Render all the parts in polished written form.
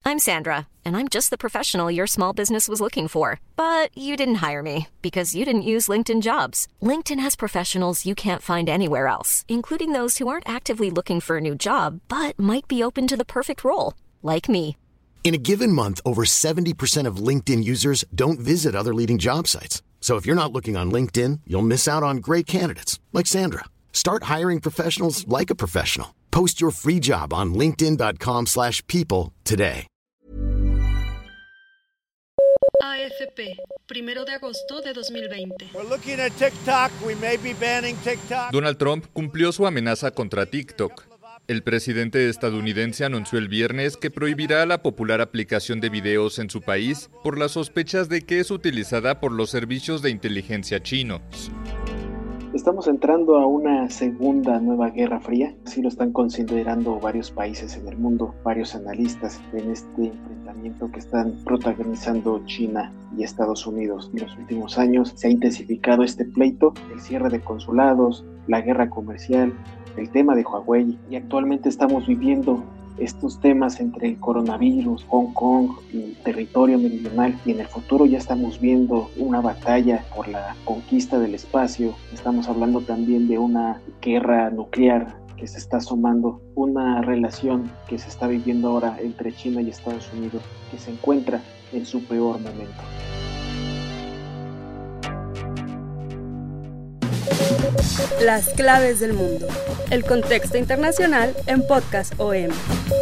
I'm Sandra, and I'm just the professional your small business was looking for. But you didn't hire me because you didn't use LinkedIn Jobs. LinkedIn has professionals you can't find anywhere else, including those who aren't actively looking for a new job, but might be open to the perfect role, like me. In a given month, over 70% of LinkedIn users don't visit other leading job sites. So if you're not looking on LinkedIn, you'll miss out on great candidates like Sandra. Start hiring professionals like a professional. Post your free job on linkedin.com/people today. AFP, 1 de agosto de 2020. We're looking at TikTok. We may be banning TikTok. Donald Trump cumplió su amenaza contra TikTok. El presidente estadounidense anunció el viernes que prohibirá la popular aplicación de videos en su país por las sospechas de que es utilizada por los servicios de inteligencia chinos. Estamos entrando a una segunda nueva guerra fría, así lo están considerando varios países en el mundo, varios analistas en este enfrentamiento que están protagonizando China y Estados Unidos. En los últimos años se ha intensificado este pleito, el cierre de consulados, la guerra comercial, el tema de Huawei, y actualmente estamos viviendo estos temas entre el coronavirus, Hong Kong, el territorio meridional, y en el futuro ya estamos viendo una batalla por la conquista del espacio. Estamos hablando también de una guerra nuclear que se está asomando, una relación que se está viviendo ahora entre China y Estados Unidos, que se encuentra en su peor momento. Las claves del mundo. El contexto internacional en Podcast OM.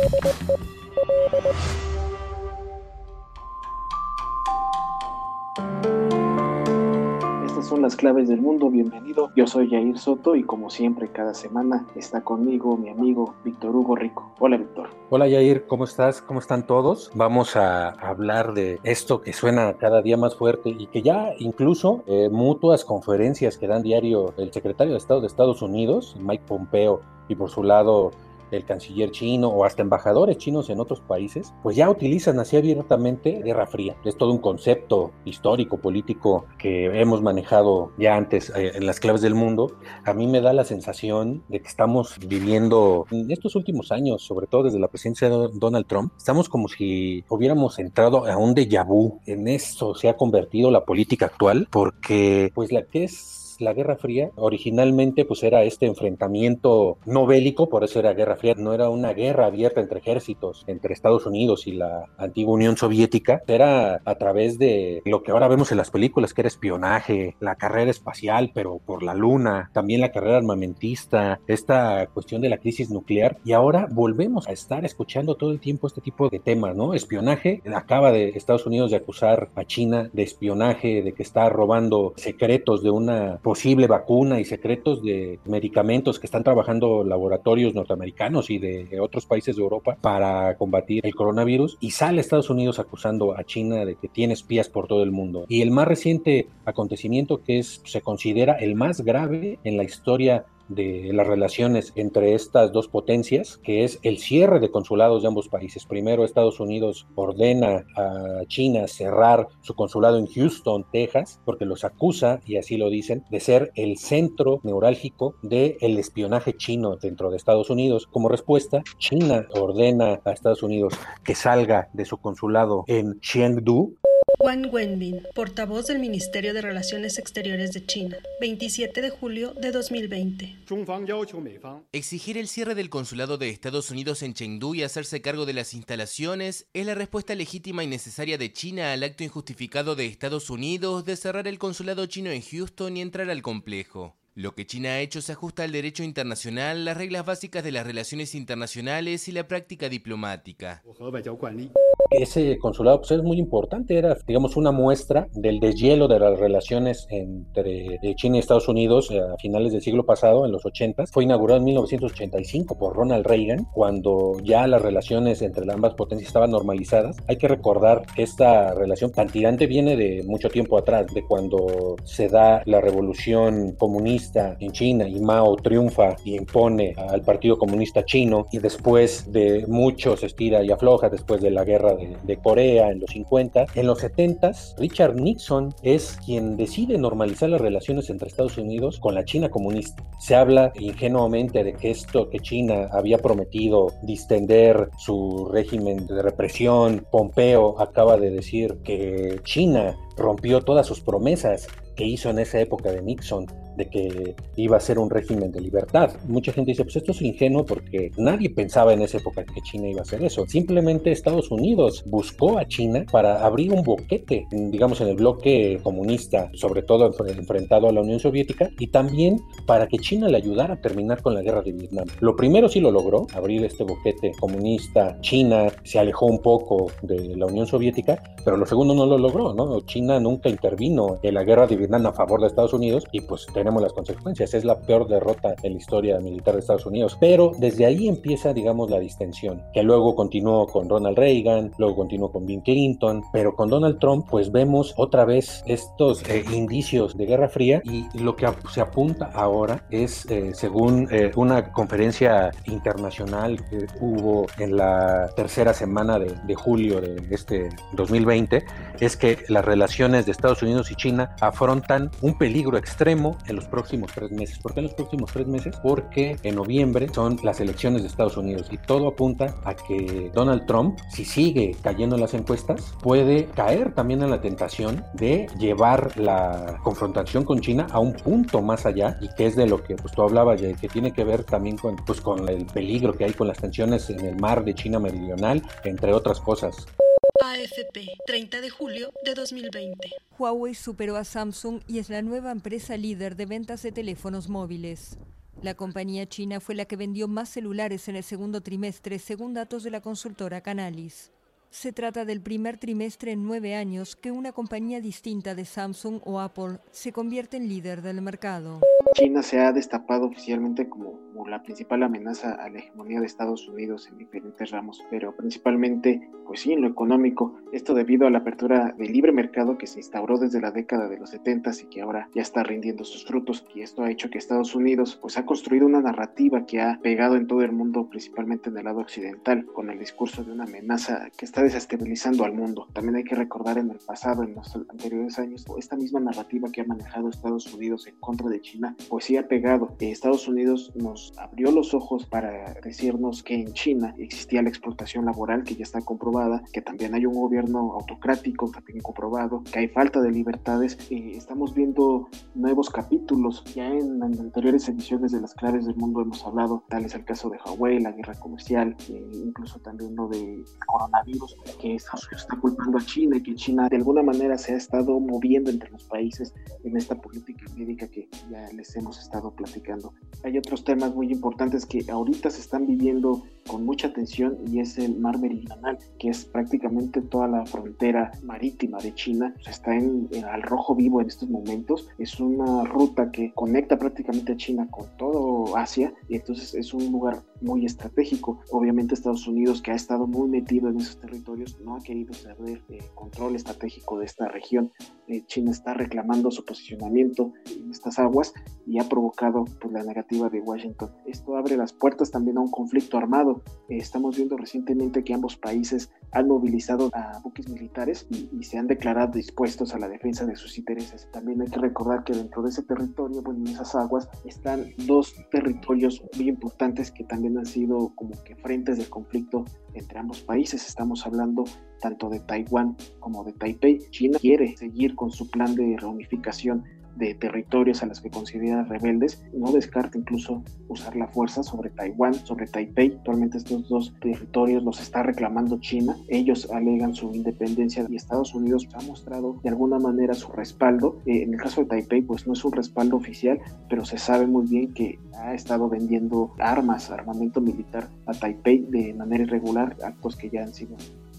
Estas son las claves del mundo. Bienvenido. Yo soy Yair Soto y como siempre cada semana está conmigo mi amigo Víctor Hugo Rico. Hola Víctor. Hola Yair, ¿cómo estás? ¿Cómo están todos? Vamos a hablar de esto que suena cada día más fuerte y que ya incluso mutuas conferencias que dan diario el secretario de Estado de Estados Unidos, Mike Pompeo, y por su lado el canciller chino o hasta embajadores chinos en otros países, pues ya utilizan así abiertamente Guerra Fría. Es todo un concepto histórico, político que hemos manejado ya antes en las claves del mundo. A mí me da la sensación de que estamos viviendo en estos últimos años, sobre todo desde la presidencia de Donald Trump, estamos como si hubiéramos entrado a un déjà vu. En eso se ha convertido la política actual, porque pues la que es la Guerra Fría originalmente pues era este enfrentamiento no bélico, por eso era Guerra Fría, no era una guerra abierta entre ejércitos, entre Estados Unidos y la antigua Unión Soviética, era a través de lo que ahora vemos en las películas, que era espionaje, la carrera espacial pero por la luna, también la carrera armamentista, esta cuestión de la crisis nuclear, y ahora volvemos a estar escuchando todo el tiempo este tipo de temas, ¿no? Espionaje, acaba de Estados Unidos de acusar a China de espionaje, de que está robando secretos de una posible vacuna y secretos de medicamentos que están trabajando laboratorios norteamericanos y de otros países de Europa para combatir el coronavirus, y sale Estados Unidos acusando a China de que tiene espías por todo el mundo. Y el más reciente acontecimiento, que se considera el más grave en la historia de las relaciones entre estas dos potencias, que es el cierre de consulados de ambos países. Primero, Estados Unidos ordena a China cerrar su consulado en Houston, Texas, porque los acusa, y así lo dicen, de ser el centro neurálgico del espionaje chino dentro de Estados Unidos. Como respuesta, China ordena a Estados Unidos que salga de su consulado en Chengdu. Wang Wenbin, portavoz del Ministerio de Relaciones Exteriores de China, 27 de julio de 2020. Exigir el cierre del consulado de Estados Unidos en Chengdu y hacerse cargo de las instalaciones es la respuesta legítima y necesaria de China al acto injustificado de Estados Unidos de cerrar el consulado chino en Houston y entrar al complejo. Lo que China ha hecho se ajusta al derecho internacional, las reglas básicas de las relaciones internacionales y la práctica diplomática. Ese consulado pues, es muy importante, era digamos una muestra del deshielo de las relaciones entre China y Estados Unidos a finales del siglo pasado, en los 80. Fue inaugurado en 1985 por Ronald Reagan, cuando ya las relaciones entre ambas potencias estaban normalizadas. Hay que recordar que esta relación tan tirante viene de mucho tiempo atrás, de cuando se da la revolución comunista comunista en China y Mao triunfa y impone al Partido Comunista Chino, y después de muchos estira y afloja, después de la guerra de Corea en los 50, en los 70, Richard Nixon es quien decide normalizar las relaciones entre Estados Unidos con la China comunista. Se habla ingenuamente de que China había prometido distender su régimen de represión. Pompeo acaba de decir que China rompió todas sus promesas que hizo en esa época de Nixon, de que iba a ser un régimen de libertad. Mucha gente dice, pues esto es ingenuo porque nadie pensaba en esa época que China iba a hacer eso. Simplemente Estados Unidos buscó a China para abrir un boquete, digamos, en el bloque comunista, sobre todo enfrentado a la Unión Soviética, y también para que China le ayudara a terminar con la guerra de Vietnam. Lo primero sí lo logró, abrir este boquete comunista. China se alejó un poco de la Unión Soviética, pero lo segundo no lo logró, ¿no? China nunca intervino en la guerra de Vietnam a favor de Estados Unidos, y pues tenemos las consecuencias. Es la peor derrota en la historia militar de Estados Unidos. Pero desde ahí empieza, digamos, la distensión, que luego continuó con Ronald Reagan, luego continuó con Bill Clinton, pero con Donald Trump pues vemos otra vez estos indicios de Guerra Fría, y lo que se apunta ahora es, según una conferencia internacional que hubo en la tercera semana de julio de este 2020, es que las relaciones de Estados Unidos y China afrontan un peligro extremo en los próximos 3 meses. ¿Por qué en los próximos 3 meses? Porque en noviembre son las elecciones de Estados Unidos, y todo apunta a que Donald Trump, si sigue cayendo en las encuestas, puede caer también en la tentación de llevar la confrontación con China a un punto más allá, y que es de lo que pues tú hablabas, que tiene que ver también con el peligro que hay con las tensiones en el mar de China Meridional, entre otras cosas. AFP, 30 de julio de 2020. Huawei superó a Samsung y es la nueva empresa líder de ventas de teléfonos móviles. La compañía china fue la que vendió más celulares en el segundo trimestre, según datos de la consultora Canalys. Se trata del primer trimestre en 9 años que una compañía distinta de Samsung o Apple se convierte en líder del mercado. China se ha destapado oficialmente como la principal amenaza a la hegemonía de Estados Unidos en diferentes ramos, pero principalmente, pues sí, en lo económico. Esto debido a la apertura del libre mercado que se instauró desde la década de los 70 y que ahora ya está rindiendo sus frutos. Y esto ha hecho que Estados Unidos pues ha construido una narrativa que ha pegado en todo el mundo, principalmente en el lado occidental, con el discurso de una amenaza que está desestabilizando al mundo. También hay que recordar en el pasado, en los anteriores años, esta misma narrativa que ha manejado Estados Unidos en contra de China, pues sí ha pegado. Estados Unidos nos abrió los ojos para decirnos que en China existía la explotación laboral, que ya está comprobada, que también hay un gobierno autocrático, también comprobado, que hay falta de libertades. Estamos viendo nuevos capítulos. Ya en anteriores ediciones de Las Claves del Mundo hemos hablado, tal es el caso de Huawei, la guerra comercial, incluso también lo del coronavirus, que Estados Unidos está culpando a China, y que China de alguna manera se ha estado moviendo entre los países en esta política médica que ya les hemos estado platicando. Hay otros temas muy importantes que ahorita se están viviendo con mucha atención, y es el mar meridional, que es prácticamente toda la frontera marítima de China. O sea, está al rojo vivo en estos momentos. Es una ruta que conecta prácticamente a China con todo Asia, y entonces es un lugar muy estratégico. Obviamente Estados Unidos, que ha estado muy metido en esos territorios, no ha querido ceder control estratégico de esta región. China está reclamando su posicionamiento en estas aguas y ha provocado pues la negativa de Washington. Esto abre las puertas también a un conflicto armado. Estamos viendo recientemente que ambos países han movilizado a buques militares y se han declarado dispuestos a la defensa de sus intereses. También hay que recordar que dentro de ese territorio, bueno, en esas aguas, están 2 territorios muy importantes que también han sido como que frentes del conflicto entre ambos países. Estamos hablando tanto de Taiwán como de Taipei. China quiere seguir con su plan de reunificación de territorios a los que considera rebeldes. No descarta incluso usar la fuerza sobre Taiwán, sobre Taipei. Actualmente estos 2 territorios los está reclamando China. Ellos alegan su independencia, y Estados Unidos ha mostrado de alguna manera su respaldo. En el caso de Taipei, pues no es un respaldo oficial, pero se sabe muy bien que ha estado vendiendo armamento militar a Taipei de manera irregular, actos que ya han sido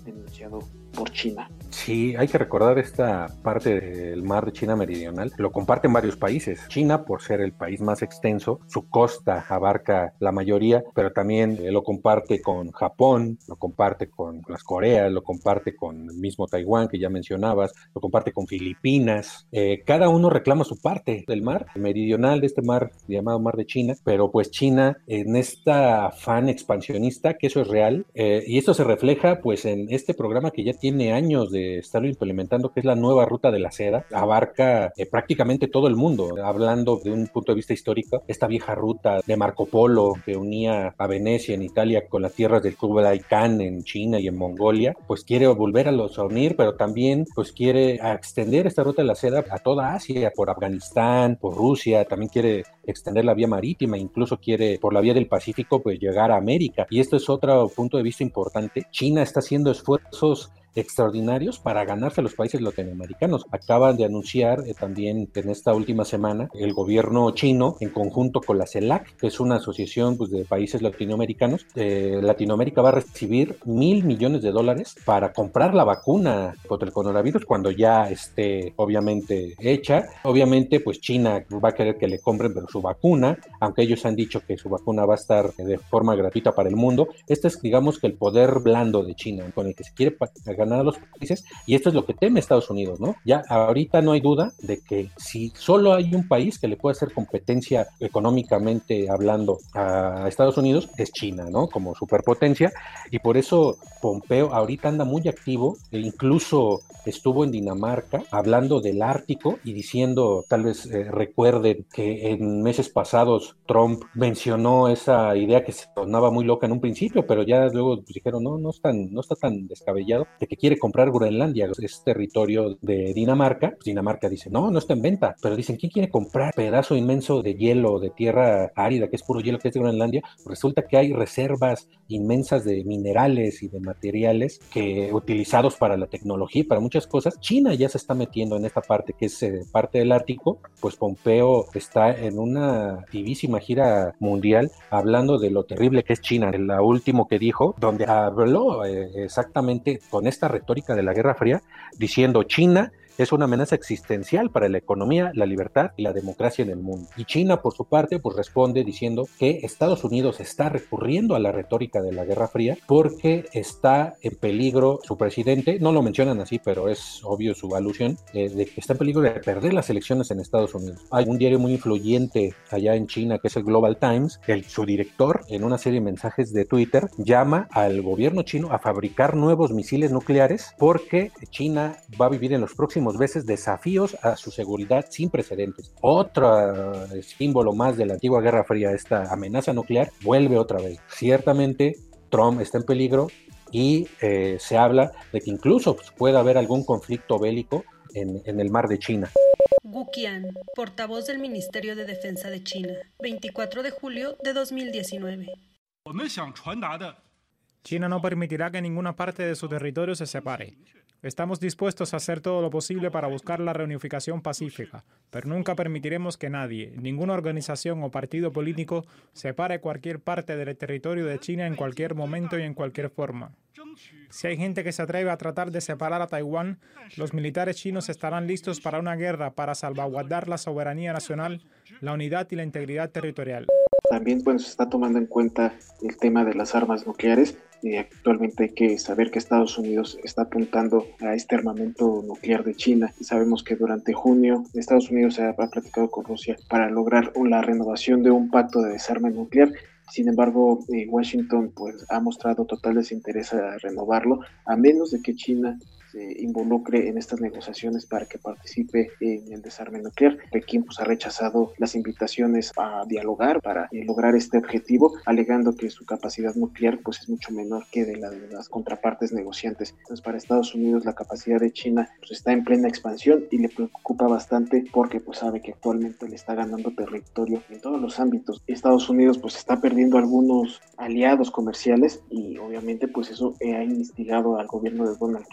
denunciado por China. Sí, hay que recordar esta parte del mar de China Meridional. Lo comparten varios países. China, por ser el país más extenso, su costa abarca la mayoría, pero también lo comparte con Japón, lo comparte con las Coreas, lo comparte con el mismo Taiwán que ya mencionabas, lo comparte con Filipinas. Cada uno reclama su parte del mar meridional, de este mar llamado Mar de China, pero pues China en esta afán expansionista, que eso es real, y esto se refleja pues en este programa que ya tiene años de estarlo implementando, que es la nueva ruta de la seda. Abarca prácticamente todo el mundo. Hablando de un punto de vista histórico, esta vieja ruta de Marco Polo que unía a Venecia en Italia con las tierras del Kublai Khan en China y en Mongolia, pues quiere volver a unir, pero también pues quiere extender esta ruta de la seda a toda Asia, por Afganistán, por Rusia, también quiere extender la vía marítima, incluso quiere por la vía del Pacífico pues llegar a América. Y esto es otro punto de vista importante. China está haciendo esfuerzos extraordinarios para ganarse a los países latinoamericanos. Acaban de anunciar también en esta última semana el gobierno chino, en conjunto con la CELAC, que es una asociación pues, de países latinoamericanos. Latinoamérica va a recibir $1,000 millones para comprar la vacuna contra el coronavirus cuando ya esté obviamente hecha. Obviamente pues China va a querer que le compren pero su vacuna, aunque ellos han dicho que su vacuna va a estar de forma gratuita para el mundo. Este es digamos que el poder blando de China, con el que se quiere ganar a los países, y esto es lo que teme Estados Unidos, ¿no? Ya ahorita no hay duda de que si solo hay un país que le puede hacer competencia económicamente hablando a Estados Unidos, es China, ¿no? Como superpotencia, y por eso Pompeo ahorita anda muy activo, e incluso estuvo en Dinamarca hablando del Ártico y diciendo, tal vez recuerden que en meses pasados Trump mencionó esa idea que se sonaba muy loca en un principio, pero ya luego pues, dijeron, no está tan descabellado, de que quiere comprar Groenlandia, es territorio de Dinamarca. Pues Dinamarca dice, no está en venta, pero dicen, ¿quién quiere comprar pedazo inmenso de hielo, de tierra árida, que es puro hielo, que es de Groenlandia? Resulta que hay reservas inmensas de minerales y de materiales que utilizados para la tecnología y para muchas cosas. China ya se está metiendo en esta parte que es parte del Ártico. Pues Pompeo está en una activísima gira mundial hablando de lo terrible que es China. La último que dijo, donde habló exactamente con esta retórica de la Guerra Fría, diciendo China es una amenaza existencial para la economía, la libertad y la democracia en el mundo. Y China, por su parte, pues responde diciendo que Estados Unidos está recurriendo a la retórica de la Guerra Fría porque está en peligro su presidente, no lo mencionan así, pero es obvio su alusión, de que está en peligro de perder las elecciones en Estados Unidos. Hay un diario muy influyente allá en China, que es el Global Times, su director, en una serie de mensajes de Twitter, llama al gobierno chino a fabricar nuevos misiles nucleares porque China va a vivir en los próximos veces desafíos a su seguridad sin precedentes. Otro símbolo más de la antigua Guerra Fría, esta amenaza nuclear, vuelve otra vez. Ciertamente Trump está en peligro y se habla de que incluso pueda haber algún conflicto bélico en el mar de China. Gu Qian, portavoz del Ministerio de Defensa de China, 24 de julio de 2019. China no permitirá que ninguna parte de su territorio se separe. Estamos dispuestos a hacer todo lo posible para buscar la reunificación pacífica, pero nunca permitiremos que nadie, ninguna organización o partido político, separe cualquier parte del territorio de China en cualquier momento y en cualquier forma. Si hay gente que se atreve a tratar de separar a Taiwán, los militares chinos estarán listos para una guerra para salvaguardar la soberanía nacional, la unidad y la integridad territorial. También se está tomando en cuenta el tema de las armas nucleares. Actualmente hay que saber que Estados Unidos está apuntando a este armamento nuclear de China, y sabemos que durante junio Estados Unidos ha platicado con Rusia para lograr la renovación de un pacto de desarme nuclear. Sin embargo, Washington ha mostrado total desinterés a renovarlo, a menos de que China se involucre en estas negociaciones para que participe en el desarme nuclear. Pekín ha rechazado las invitaciones a dialogar para lograr este objetivo, alegando que su capacidad nuclear es mucho menor que de la de las contrapartes negociantes. Entonces, para Estados Unidos la capacidad de China está en plena expansión y le preocupa bastante porque sabe que actualmente le está ganando territorio en todos los ámbitos. Estados Unidos está perdiendo algunos aliados comerciales y obviamente eso ha instigado al gobierno de Donald Trump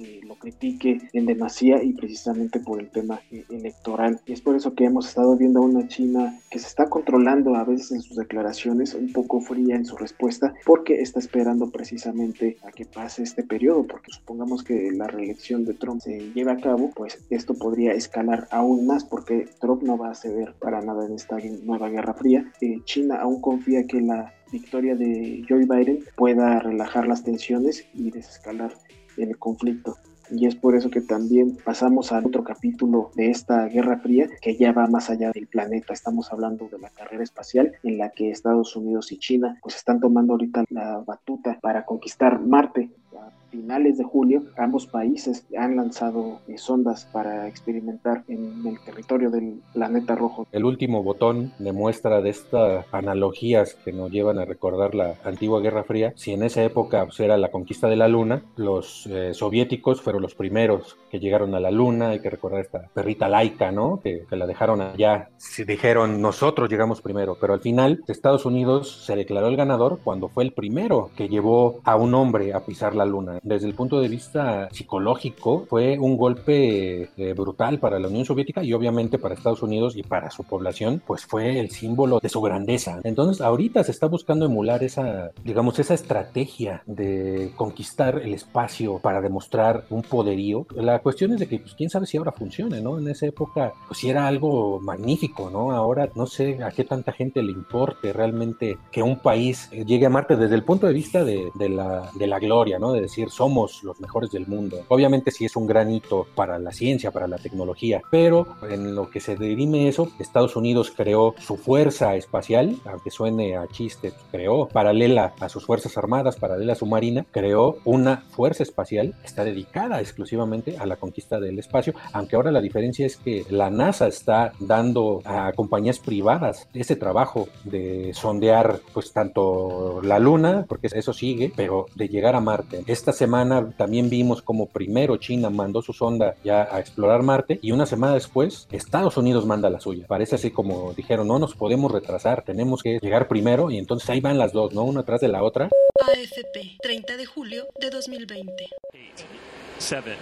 lo critique en demasía y precisamente por el tema electoral. Y es por eso que hemos estado viendo a una China que se está controlando a veces en sus declaraciones, un poco fría en su respuesta, porque está esperando precisamente a que pase este periodo, porque supongamos que la reelección de Trump se lleve a cabo, pues esto podría escalar aún más, porque Trump no va a ceder para nada en esta nueva guerra fría. China aún confía que la victoria de Joe Biden pueda relajar las tensiones y desescalar el conflicto. Y es por eso que también pasamos al otro capítulo de esta Guerra Fría, que ya va más allá del planeta. Estamos hablando de la carrera espacial, en la que Estados Unidos y China pues están tomando ahorita la batuta para conquistar Marte. A finales de julio, ambos países han lanzado sondas para experimentar en el territorio del planeta rojo. El último botón de muestra de estas analogías que nos llevan a recordar la antigua Guerra Fría. Si en esa época pues, era la conquista de la Luna, los soviéticos fueron los primeros que llegaron a la Luna. Hay que recordar esta perrita Laika, ¿no? Que la dejaron allá. Se dijeron, nosotros llegamos primero, pero al final Estados Unidos se declaró el ganador cuando fue el primero que llevó a un hombre a pisar la Luna. Desde el punto de vista psicológico, fue un golpe brutal para la Unión Soviética y obviamente para Estados Unidos y para su población, pues fue el símbolo de su grandeza. Entonces, ahorita se está buscando emular esa estrategia de conquistar el espacio para demostrar un poderío. La cuestión es de que, pues, quién sabe si ahora funcione, ¿no? En esa época, pues sí era algo magnífico, ¿no? Ahora no sé a qué tanta gente le importe realmente que un país llegue a Marte desde el punto de vista de la gloria, ¿no? De decir, somos los mejores del mundo. Obviamente sí es un gran hito para la ciencia, para la tecnología, pero en lo que se dirime eso, Estados Unidos creó su fuerza espacial, aunque suene a chiste, creó paralela a sus fuerzas armadas, paralela a su marina, creó una fuerza espacial que está dedicada exclusivamente a la conquista del espacio, aunque ahora la diferencia es que la NASA está dando a compañías privadas ese trabajo de sondear pues tanto la Luna, porque eso sigue, pero de llegar a Marte. Esta semana también vimos como primero China mandó su sonda ya a explorar Marte y una semana después Estados Unidos manda la suya. Parece así como dijeron, no nos podemos retrasar, tenemos que llegar primero, y entonces ahí van las dos, ¿no? Una tras de la otra. AFP, 30 de julio de 2020. 8, 7,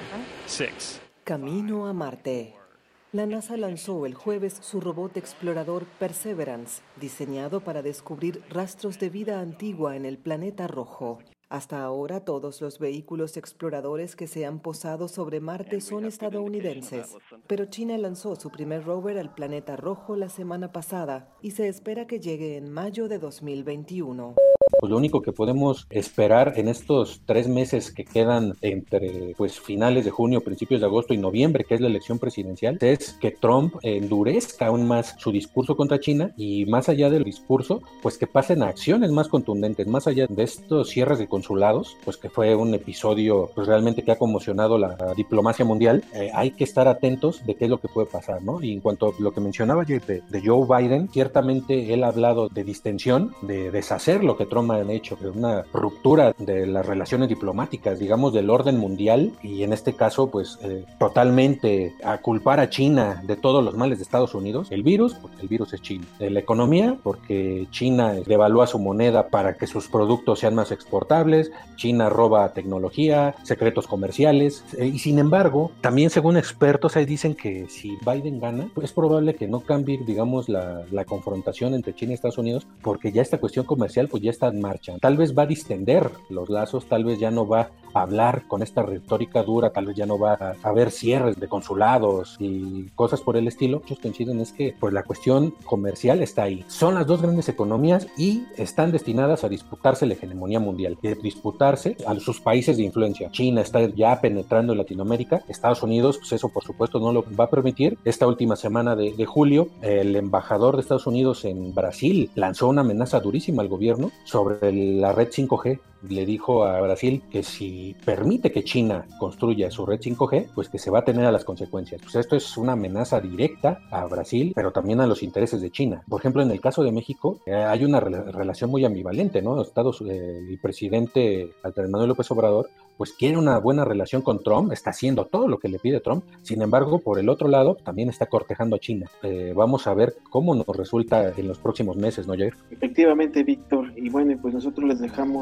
6. Camino a Marte. La NASA lanzó el jueves su robot explorador Perseverance, diseñado para descubrir rastros de vida antigua en el planeta rojo. Hasta ahora, todos los vehículos exploradores que se han posado sobre Marte son estadounidenses, pero China lanzó su primer rover al planeta rojo la semana pasada y se espera que llegue en mayo de 2021. Pues lo único que podemos esperar en estos 3 meses que quedan entre pues finales de junio, principios de agosto y noviembre, que es la elección presidencial, es que Trump endurezca aún más su discurso contra China y más allá del discurso, pues que pasen a acciones más contundentes, más allá de estos cierres de consulados, pues que fue un episodio pues realmente que ha conmocionado la diplomacia mundial. Hay que estar atentos de qué es lo que puede pasar, ¿no? Y en cuanto a lo que mencionaba de Joe Biden, ciertamente él ha hablado de distensión, de deshacer lo que Trump han hecho, de una ruptura de las relaciones diplomáticas, digamos, del orden mundial, y en este caso, pues, totalmente a culpar a China de todos los males de Estados Unidos. El virus, porque el virus es China. La economía, porque China devalúa su moneda para que sus productos sean más exportables. China roba tecnología, secretos comerciales, y sin embargo, también según expertos, ahí dicen que si Biden gana, pues es probable que no cambie, digamos, la confrontación entre China y Estados Unidos, porque ya esta cuestión comercial, pues ya está en marcha. Tal vez va a distender los lazos, tal vez ya no va a hablar con esta retórica dura, tal vez ya no va a haber cierres de consulados y cosas por el estilo. Muchos coinciden es que pues la cuestión comercial está ahí. Son las dos grandes economías y están destinadas a disputarse la hegemonía mundial, y disputarse a sus países de influencia. China está ya penetrando en Latinoamérica, Estados Unidos, pues eso por supuesto no lo va a permitir. Esta última semana de julio, el embajador de Estados Unidos en Brasil lanzó una amenaza durísima al gobierno sobre la red 5G. Le dijo a Brasil que si permite que China construya su red 5G, pues que se va a tener a las consecuencias. Pues esto es una amenaza directa a Brasil, pero también a los intereses de China. Por ejemplo, en el caso de México, hay una relación muy ambivalente, ¿no? El presidente Andrés Manuel López Obrador, pues quiere una buena relación con Trump, está haciendo todo lo que le pide Trump. Sin embargo, por el otro lado, también está cortejando a China. Vamos a ver cómo nos resulta en los próximos meses, ¿no, Jair? Efectivamente, Víctor. Y bueno, pues nosotros les dejamos en la mesa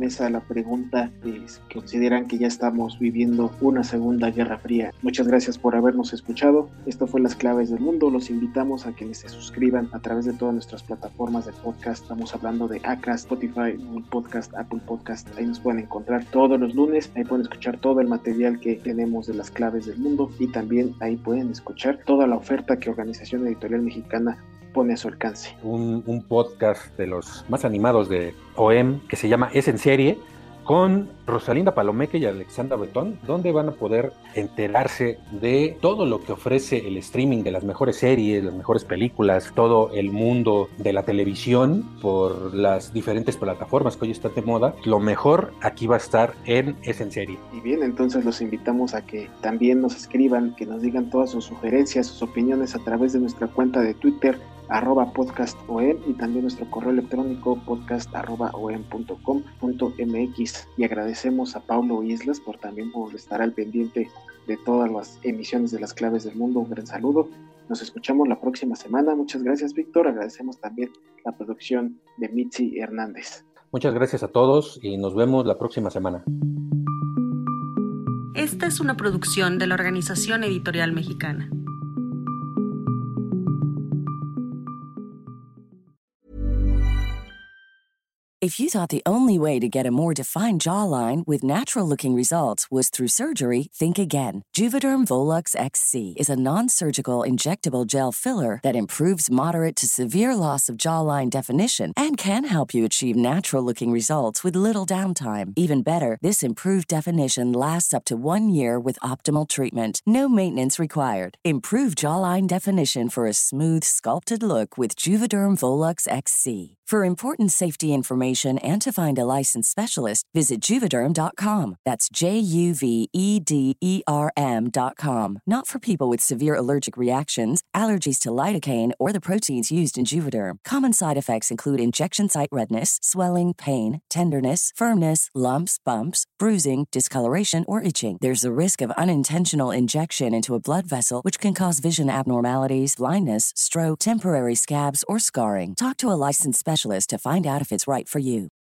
regresa la pregunta de si consideran que ya estamos viviendo una segunda guerra fría. Muchas gracias por habernos escuchado. Esto fue Las Claves del Mundo. Los invitamos a que se suscriban a través de todas nuestras plataformas de podcast. Estamos hablando de Acast, Spotify, Google Podcast, Apple Podcast. Ahí nos pueden encontrar todos los lunes. Ahí pueden escuchar todo el material que tenemos de Las Claves del Mundo, y también ahí pueden escuchar toda la oferta que Organización Editorial Mexicana pone a su alcance. Un podcast de los más animados de OEM que se llama Es en Serie, con Rosalinda Palomeque y Alexandra Betón, donde van a poder enterarse de todo lo que ofrece el streaming de las mejores series, las mejores películas, todo el mundo de la televisión por las diferentes plataformas que hoy están de moda. Lo mejor aquí va a estar en Es en Serie. Y bien, entonces los invitamos a que también nos escriban, que nos digan todas sus sugerencias, sus opiniones a través de nuestra cuenta de Twitter, @podcastom, y también nuestro correo electrónico podcast@om.com.mx. Y agradecemos a Paulo Islas por estar al pendiente de todas las emisiones de Las Claves del Mundo. Un gran saludo. Nos escuchamos la próxima semana. Muchas gracias, Víctor. Agradecemos también la producción de Mitzi Hernández. Muchas gracias a todos y nos vemos la próxima semana. Esta es una producción de la Organización Editorial Mexicana. If you thought the only way to get a more defined jawline with natural-looking results was through surgery, think again. Juvederm Volux XC is a non-surgical injectable gel filler that improves moderate to severe loss of jawline definition and can help you achieve natural-looking results with little downtime. Even better, this improved definition lasts up to 1 year with optimal treatment. No maintenance required. Improve jawline definition for a smooth, sculpted look with Juvederm Volux XC. For important safety information and to find a licensed specialist, visit Juvederm.com. That's JUVEDERM.com. Not for people with severe allergic reactions, allergies to lidocaine, or the proteins used in Juvederm. Common side effects include injection site redness, swelling, pain, tenderness, firmness, lumps, bumps, bruising, discoloration, or itching. There's the risk of unintentional injection into a blood vessel, which can cause vision abnormalities, blindness, stroke, temporary scabs, or scarring. Talk to a licensed specialist to find out if it's right for you.